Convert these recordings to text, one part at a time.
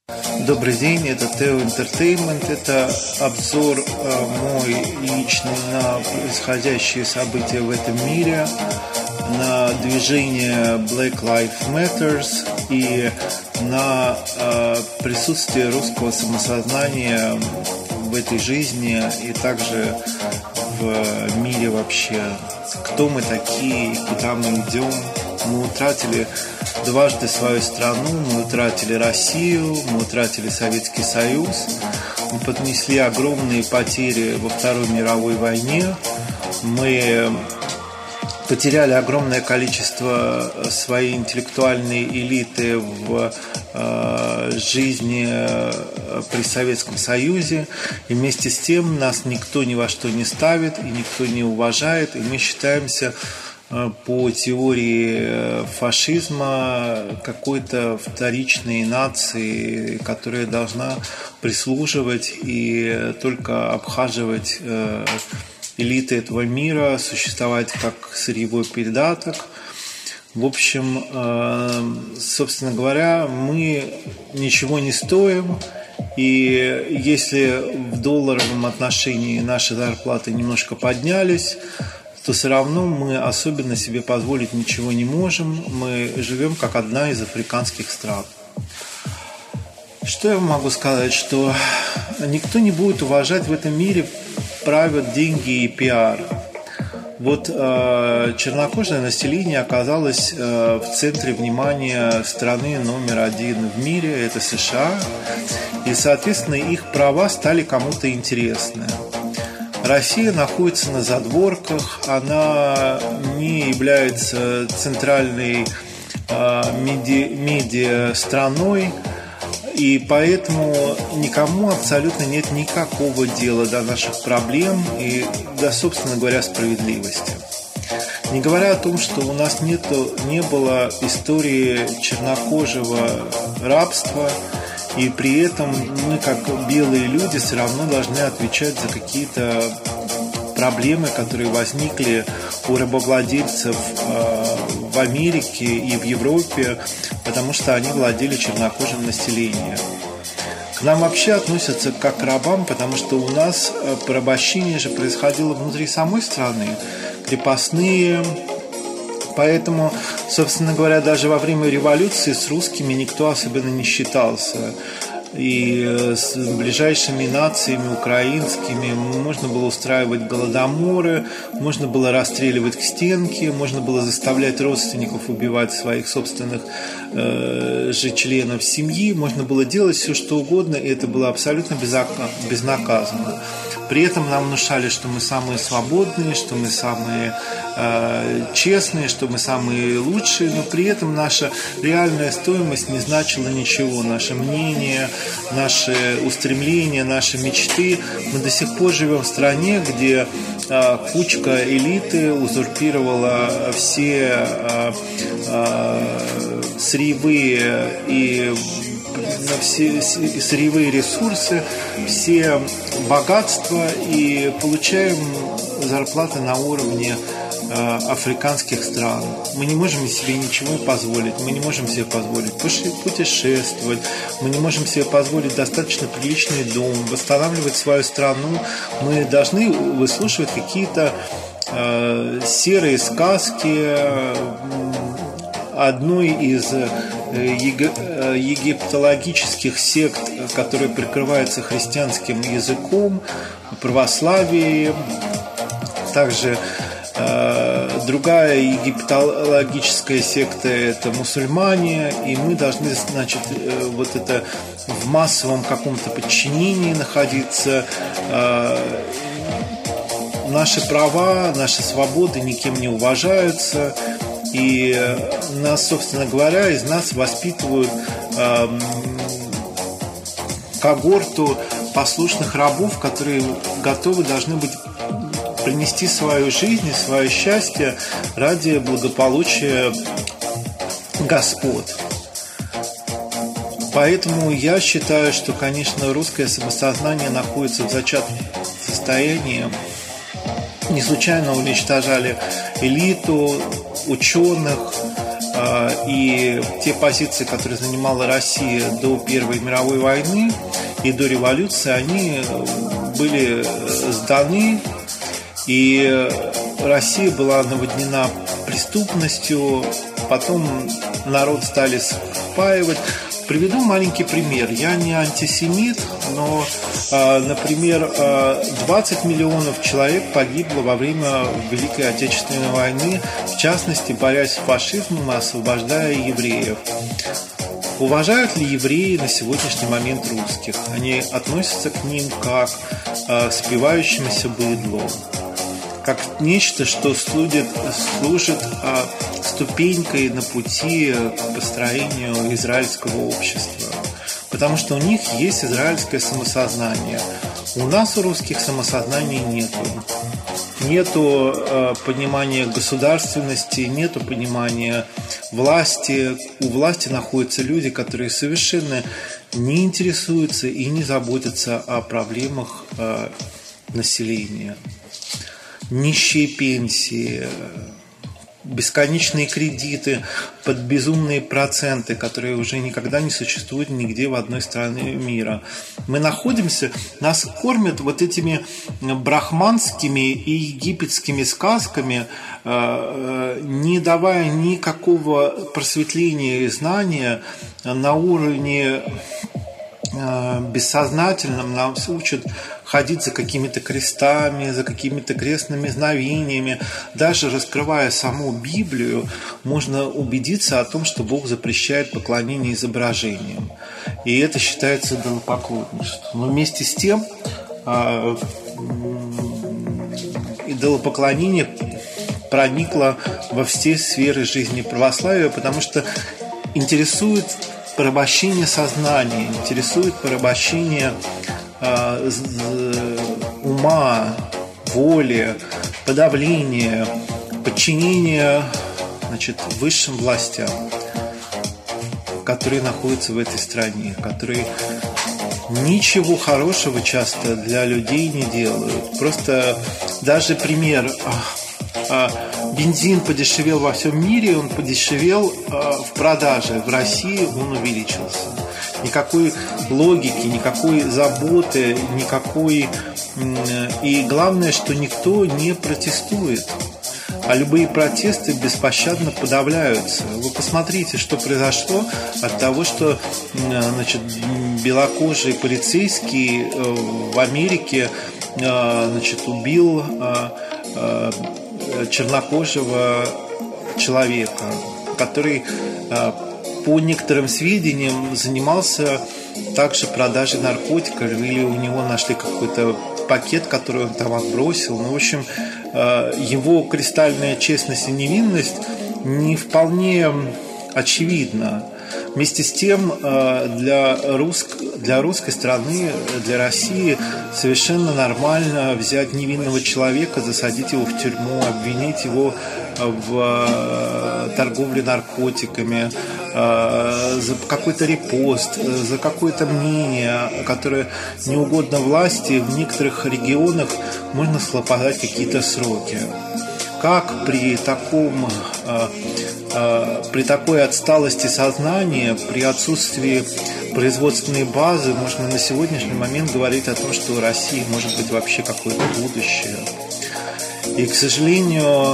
Добрый день, это Тео Entertainment. Это обзор мой личный на происходящие события в этом мире, на движение Black Lives Matter и на присутствие русского самосознания в этой жизни и также в мире вообще. Кто мы такие, куда мы идем. Мы утратили дважды свою страну, мы утратили Россию, мы утратили Советский Союз, мы понесли огромные потери во Второй мировой войне, мы потеряли огромное количество своей интеллектуальной элиты в жизни при Советском Союзе, и вместе с тем нас никто ни во что не ставит, и никто не уважает, и мы считаемся по теории фашизма какой-то вторичной нации, которая должна прислуживать и только обхаживать элиты этого мира, существовать как сырьевой придаток. В общем, собственно говоря, мы ничего не стоим, и если в долларовом отношении наши зарплаты немножко поднялись, то все равно мы особенно себе позволить ничего не можем. Мы живем как одна из африканских стран. Что я могу сказать? Что никто не будет уважать в этом мире, правят деньги и пиар. Вот чернокожее население оказалось в центре внимания страны номер один в мире, это США. И, соответственно, их права стали кому-то интересны. Россия находится на задворках, она не является центральной медиа-страной, и поэтому никому абсолютно нет никакого дела до наших проблем и до, собственно говоря, справедливости. Не говоря о том, что у нас не было истории чернокожего рабства, и при этом мы, как белые люди, все равно должны отвечать за какие-то проблемы, которые возникли у рабовладельцев в Америке и в Европе, потому что они владели чернокожим населением. К нам вообще относятся как к рабам, потому что у нас порабощение же происходило внутри самой страны, крепостные. Поэтому, собственно говоря, даже во время революции с русскими никто особенно не считался. И с ближайшими нациями украинскими можно было устраивать голодоморы, можно было расстреливать к стенке, можно было заставлять родственников убивать своих собственных же членов семьи, можно было делать все, что угодно, и это было абсолютно безнаказанно. При этом нам внушали, что мы самые свободные, что мы самые честные, что мы самые лучшие, но при этом наша реальная стоимость не значила ничего. Наше мнение, наши устремления, наши мечты. Мы до сих пор живем в стране, где кучка элиты узурпировала все сырьевые и все сырьевые ресурсы, все богатства, и получаем зарплаты на уровне африканских стран. Мы не можем себе ничего позволить. Мы не можем себе позволить путешествовать. Мы не можем себе позволить достаточно приличный дом, восстанавливать свою страну. Мы должны выслушивать какие-то серые сказки одной из египтологических сект, которая прикрывается христианским языком, православием. Также другая египтологическая секта – это мусульмане, и мы должны, значит, вот это в массовом каком-то подчинении находиться. Наши права, наши свободы никем не уважаются, и нас, собственно говоря, из нас воспитывают когорту послушных рабов, которые готовы должны быть принести свою жизнь и свое счастье ради благополучия господ. Поэтому я считаю, что, конечно, русское самосознание находится в зачаточном состоянии. Не случайно уничтожали элиту, ученых, и те позиции, которые занимала Россия до Первой мировой войны и до революции, они были сданы, и Россия была наводнена преступностью, потом народ стали спаивать. Приведу маленький пример. Я не антисемит, но, например, 20 миллионов человек погибло во время Великой Отечественной войны, в частности, борясь с фашизмом и освобождая евреев. Уважают ли евреи на сегодняшний момент русских? Они относятся к ним как к спивающемуся быдлу, как нечто, что служит ступенькой на пути к построению израильского общества. Потому что у них есть израильское самосознание. У нас, у русских, самосознания нету. Нету понимания государственности, нету понимания власти. У власти находятся люди, которые совершенно не интересуются и не заботятся о проблемах населения. Нищие пенсии, бесконечные кредиты под безумные проценты, которые уже никогда не существуют нигде в одной стране мира. Мы находимся, нас кормят вот этими брахманскими и египетскими сказками, не давая никакого просветления и знания на уровне бессознательном. Нам учат ходить за какими-то крестами, за какими-то крестными знамениями. Даже раскрывая саму Библию, можно убедиться о том, что Бог запрещает поклонение изображениям. И это считается идолопоклонничеством. Но вместе с тем идолопоклонение проникло во все сферы жизни православия, потому что интересует порабощение сознания, интересует порабощение ума, воли, подавление, подчинение, высшим властям, которые находятся в этой стране, которые ничего хорошего часто для людей не делают. Просто даже пример. Бензин подешевел во всем мире, он подешевел в продаже. В России он увеличился. Никакой логики, никакой заботы, никакой... И главное, что никто не протестует. А любые протесты беспощадно подавляются. Вы посмотрите, что произошло от того, что белокожий полицейский в Америке убил чернокожего человека, который, по некоторым сведениям, занимался также продажей наркотиков, или у него нашли какой-то пакет, который он там отбросил. Ну, в общем, его кристальная честность и невинность не вполне очевидна. Вместе с тем, для русской страны, для России совершенно нормально взять невинного человека, засадить его в тюрьму, обвинить его в торговле наркотиками, за какой-то репост, за какое-то мнение, которое не угодно власти. В некоторых регионах можно схлопотать какие-то сроки. Как при такой отсталости сознания, при отсутствии производственной базы можно на сегодняшний момент говорить о том, что у России может быть вообще какое-то будущее. И, к сожалению,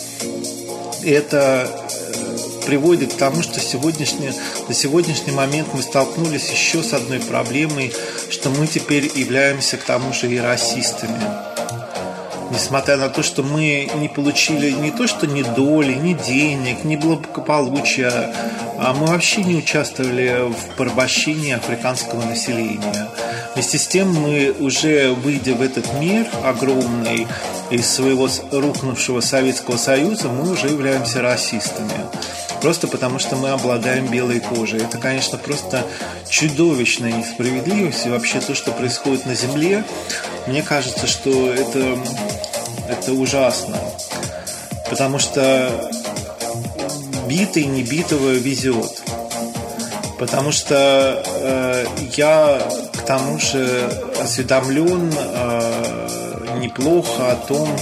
это приводит к тому, что на сегодняшний момент мы столкнулись еще с одной проблемой, что мы теперь являемся к тому же и расистами. Несмотря на то, что мы не получили не то, что ни доли, ни денег, ни благополучия, а мы вообще не участвовали в порабощении африканского населения. Вместе с тем мы, уже выйдя в этот мир огромный из своего рухнувшего Советского Союза, мы уже являемся расистами. Просто потому, что мы обладаем белой кожей. Это, конечно, просто чудовищная несправедливость. И вообще то, что происходит на Земле, мне кажется, что это ужасно. Потому что битый небитого везет. Потому что я, к тому же, осведомлен неплохо о том,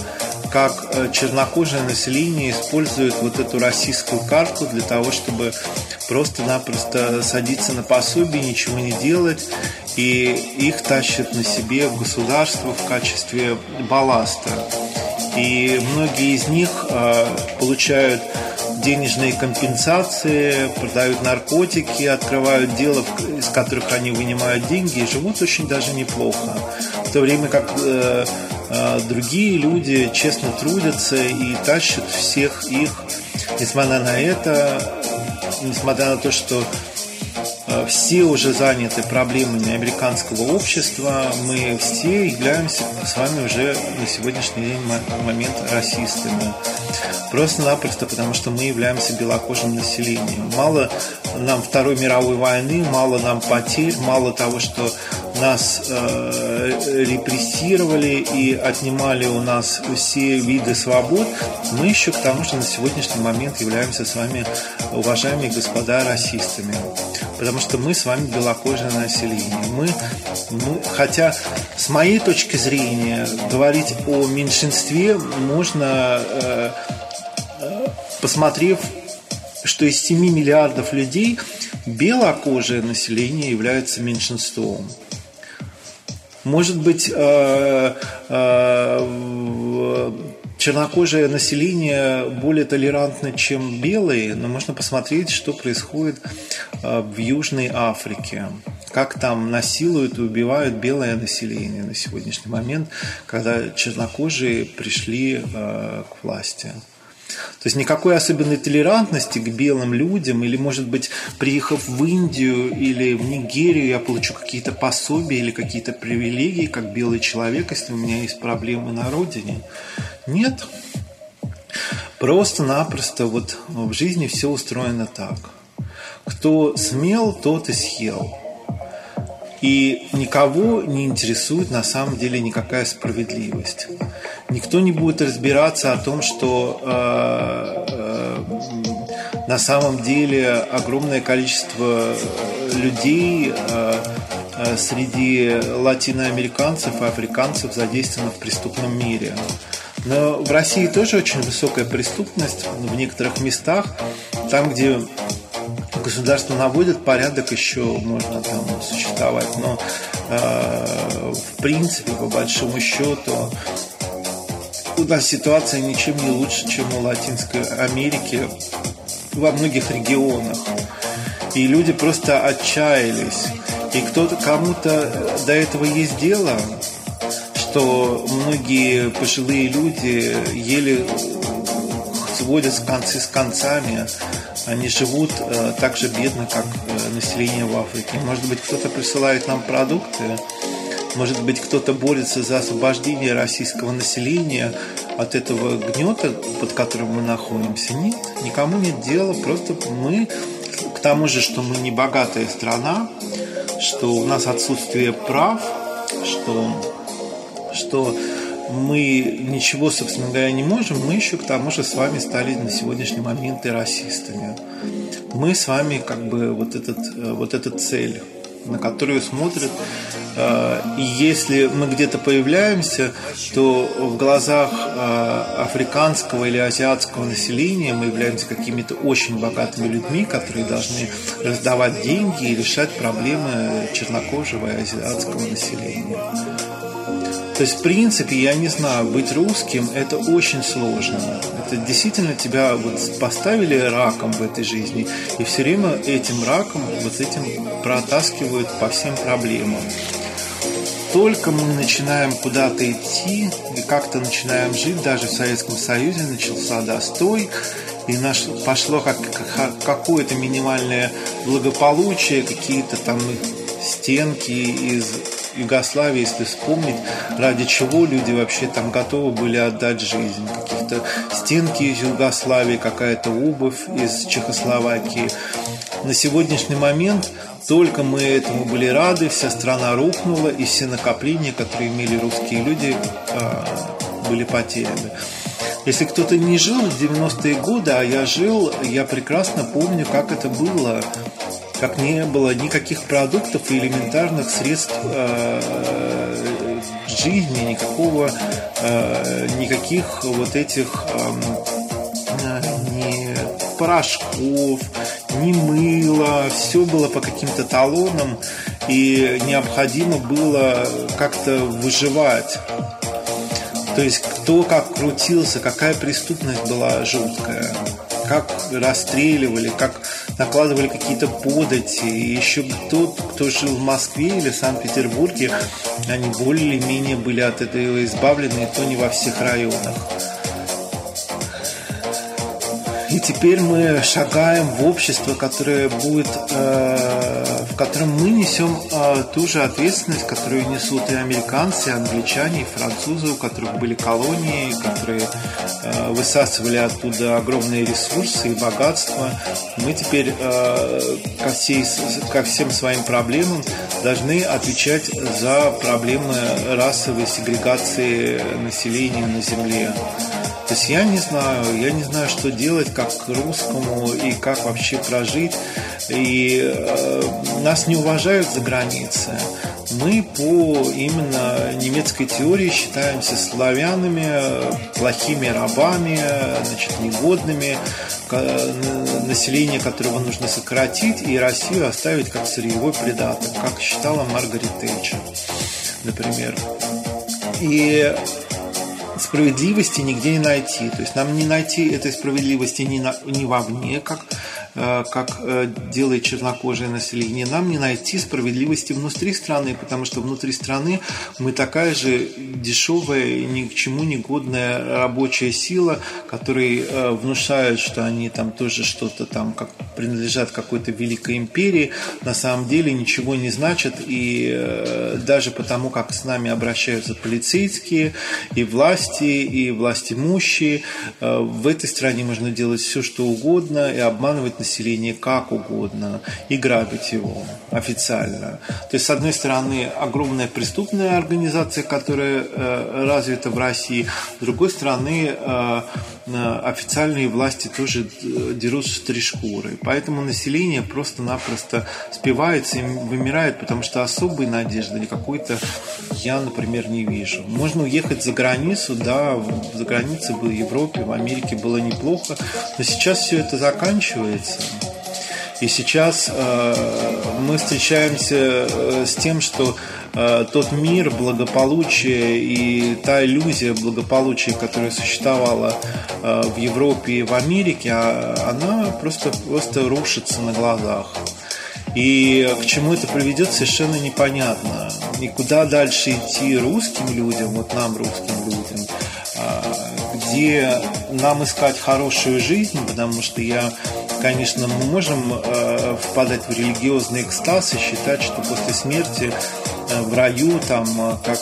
как чернокожее население использует вот эту российскую карту для того, чтобы просто-напросто садиться на пособие, ничего не делать, и их тащат на себе государство в качестве балласта. И многие из них получают денежные компенсации, продают наркотики, открывают дела, из которых они вынимают деньги, и живут очень даже неплохо. В то время как другие люди честно трудятся и тащат всех их, несмотря на это, несмотря на то, что все уже заняты проблемами американского общества, мы все являемся с вами уже на сегодняшний день момент расистами. Просто-напросто потому, что мы являемся белокожим населением. Мало нам Второй мировой войны, мало нам потерь, мало того, что нас репрессировали и отнимали у нас все виды свобод, мы еще к тому же на сегодняшний момент являемся с вами, уважаемые господа, расистами. Потому что мы с вами белокожее население. Хотя с моей точки зрения говорить о меньшинстве можно, посмотрев, что из 7 миллиардов людей белокожее население является меньшинством. Может быть, чернокожее население более толерантно, чем белые, но можно посмотреть, что происходит в Южной Африке. Как там насилуют и убивают белое население на сегодняшний момент, когда чернокожие пришли к власти. То есть никакой особенной толерантности к белым людям, или, может быть, приехав в Индию или в Нигерию, я получу какие-то пособия или какие-то привилегии, как белый человек, если у меня есть проблемы на родине. Нет. Просто-напросто вот в жизни все устроено так. Кто смел, тот и съел. И никого не интересует на самом деле никакая справедливость. Никто не будет разбираться о том, что на самом деле огромное количество людей среди латиноамериканцев и африканцев задействовано в преступном мире. Но в России тоже очень высокая преступность в некоторых местах, там, где государство наводит порядок, еще можно там существовать, но в принципе, по большому счету, у нас ситуация ничем не лучше, чем у Латинской Америки во многих регионах. И люди просто отчаялись. И кому-то до этого есть дело, что многие пожилые люди еле сводят концы с концами. Они живут так же бедно, как население в Африке. Может быть, кто-то присылает нам продукты, может быть, кто-то борется за освобождение российского населения от этого гнета, под которым мы находимся. Нет, никому нет дела. Просто мы, к тому же, что мы не богатая страна, что у нас отсутствие прав, что мы ничего, собственно говоря, не можем, мы еще к тому же с вами стали на сегодняшний момент и расистами. Мы с вами как бы вот эта цель, на которую смотрят. И если мы где-то появляемся, то в глазах африканского или азиатского населения мы являемся какими-то очень богатыми людьми, которые должны раздавать деньги и решать проблемы чернокожего и азиатского населения. То есть, в принципе, я не знаю, быть русским – это очень сложно. Это действительно тебя вот поставили раком в этой жизни, и все время этим раком, вот этим протаскивают по всем проблемам. Только мы начинаем куда-то идти и как-то начинаем жить, даже в Советском Союзе начался достой, и пошло какое-то минимальное благополучие, какие-то там стенки из Югославии, если вспомнить, ради чего люди вообще там готовы были отдать жизнь. Какие-то стенки из Югославии, какая-то обувь из Чехословакии. На сегодняшний момент только мы этому были рады, вся страна рухнула, и все накопления, которые имели русские люди, были потеряны. Если кто-то не жил в 90-е годы, а я жил, я прекрасно помню, как это было. Как не было никаких продуктов и элементарных средств жизни, никаких вот этих ни порошков, ни мыла, все было по каким-то талонам, и необходимо было как-то выживать. То есть кто как крутился, какая преступность была жуткая, как расстреливали, как накладывали какие-то подати. И еще тот, кто жил в Москве или Санкт-Петербурге, они более-менее были от этого избавлены, и то не во всех районах. И теперь мы шагаем в общество, которое будет, в котором мы несем ту же ответственность, которую несут и американцы, и англичане, и французы, у которых были колонии, которые высасывали оттуда огромные ресурсы и богатства. Мы теперь ко всем своим проблемам должны отвечать за проблемы расовой сегрегации населения на Земле. То есть я не знаю, что делать как русскому и как вообще прожить. И нас не уважают за границей. Мы по именно немецкой теории считаемся славянами, плохими рабами, негодными, население которого нужно сократить и Россию оставить как сырьевой придаток, как считала Маргарет Тэтчер, например. И справедливости нигде не найти. То есть нам не найти этой справедливости ни вовне, как делает чернокожее население. Нам не найти справедливости внутри страны, потому что внутри страны мы такая же дешевая, ни к чему не годная рабочая сила, которые внушают, что они там тоже что-то там принадлежат какой-то великой империи, на самом деле ничего не значат. И даже потому, как с нами обращаются полицейские и власти имущие, в этой стране можно делать все, что угодно, и обманывать население как угодно, и грабить его официально. То есть, с одной стороны, огромная преступная организация, которая развита в России, с другой стороны, официальные власти тоже дерут с три шкуры. Поэтому население просто-напросто спивается и вымирает, потому что особой надежды какой-то я, например, не вижу. Можно уехать за границу, да, за границей в Европе, в Америке было неплохо, но сейчас все это заканчивается. И сейчас мы встречаемся с тем, что тот мир благополучия и та иллюзия благополучия, которая существовала в Европе и в Америке, она просто рушится на глазах. И к чему это приведет, совершенно непонятно. И куда дальше идти русским людям, вот нам, русским людям, где нам искать хорошую жизнь, потому что конечно, мы можем впадать в религиозный экстаз и считать, что после смерти в раю, там, как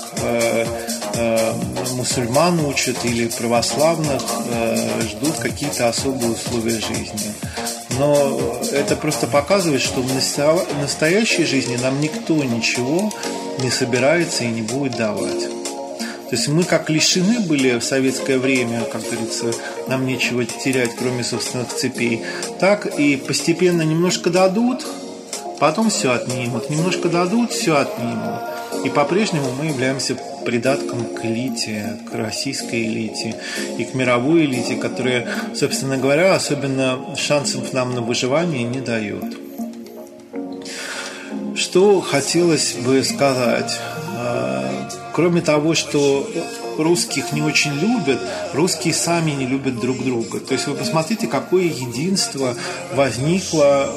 мусульман учат или православных, ждут какие-то особые условия жизни. Но это просто показывает, что в настоящей жизни нам никто ничего не собирается и не будет давать. То есть мы как лишены были в советское время, как говорится, нам нечего терять, кроме собственных цепей, так и постепенно немножко дадут, потом все отнимут, немножко дадут, все отнимут. И по-прежнему мы являемся придатком к элите, к российской элите и к мировой элите, которая, собственно говоря, особенно шансов нам на выживание не дает. Что хотелось бы сказать? Кроме того, что русских не очень любят, русские сами не любят друг друга. То есть вы посмотрите, какое единство возникло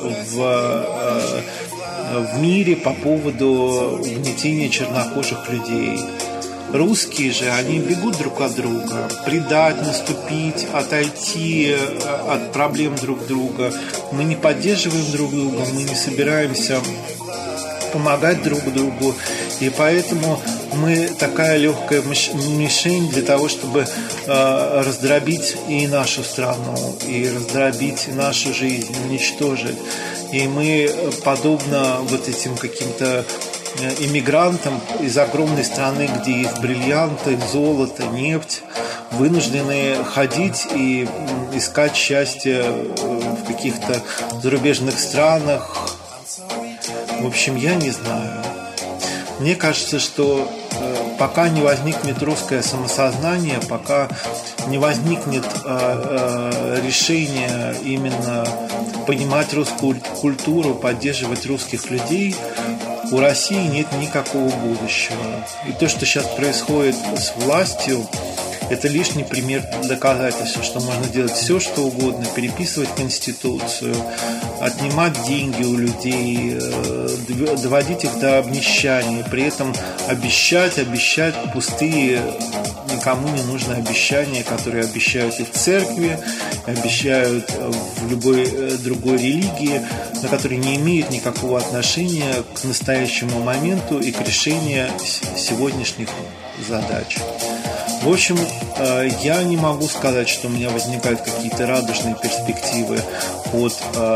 в мире по поводу угнетения чернокожих людей. Русские же, они бегут друг от друга, предать, наступить, отойти от проблем друг друга. Мы не поддерживаем друг друга, мы не собираемся помогать друг другу, и поэтому мы такая легкая мишень для того, чтобы раздробить и нашу страну, и раздробить нашу жизнь, уничтожить. И мы, подобно вот этим каким-то иммигрантам из огромной страны, где есть бриллианты, золото, нефть, вынуждены ходить и искать счастье в каких-то зарубежных странах. В общем, я не знаю. Мне кажется, что пока не возникнет русское самосознание, пока не возникнет решение именно понимать русскую культуру, поддерживать русских людей, у России нет никакого будущего. И то, что сейчас происходит с властью, это лишний пример доказательства, что можно делать все, что угодно, переписывать Конституцию, отнимать деньги у людей, доводить их до обнищания, при этом обещать пустые, никому не нужные обещания, которые обещают и в церкви, обещают в любой другой религии, но которые не имеют никакого отношения к настоящему моменту и к решению сегодняшних задач. В общем, я не могу сказать, что у меня возникают какие-то радужные перспективы от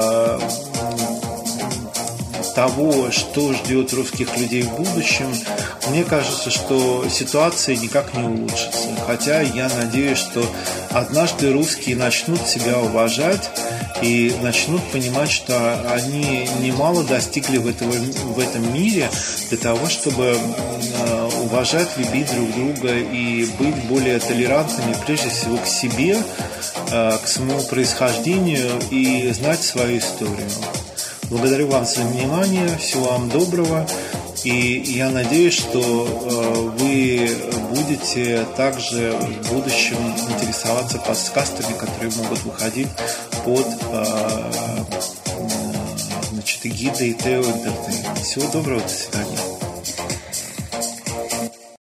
того, что ждет русских людей в будущем. Мне кажется, что ситуация никак не улучшится. Хотя я надеюсь, что однажды русские начнут себя уважать и начнут понимать, что они немало достигли в этом мире для того, чтобы уважать, любить друг друга и быть более толерантными, прежде всего, к себе, к своему происхождению и знать свою историю. Благодарю вам за внимание, всего вам доброго, и я надеюсь, что вы будете также в будущем интересоваться подкастами, которые могут выходить под эгидой Тео Entertainment. Всего доброго, до свидания.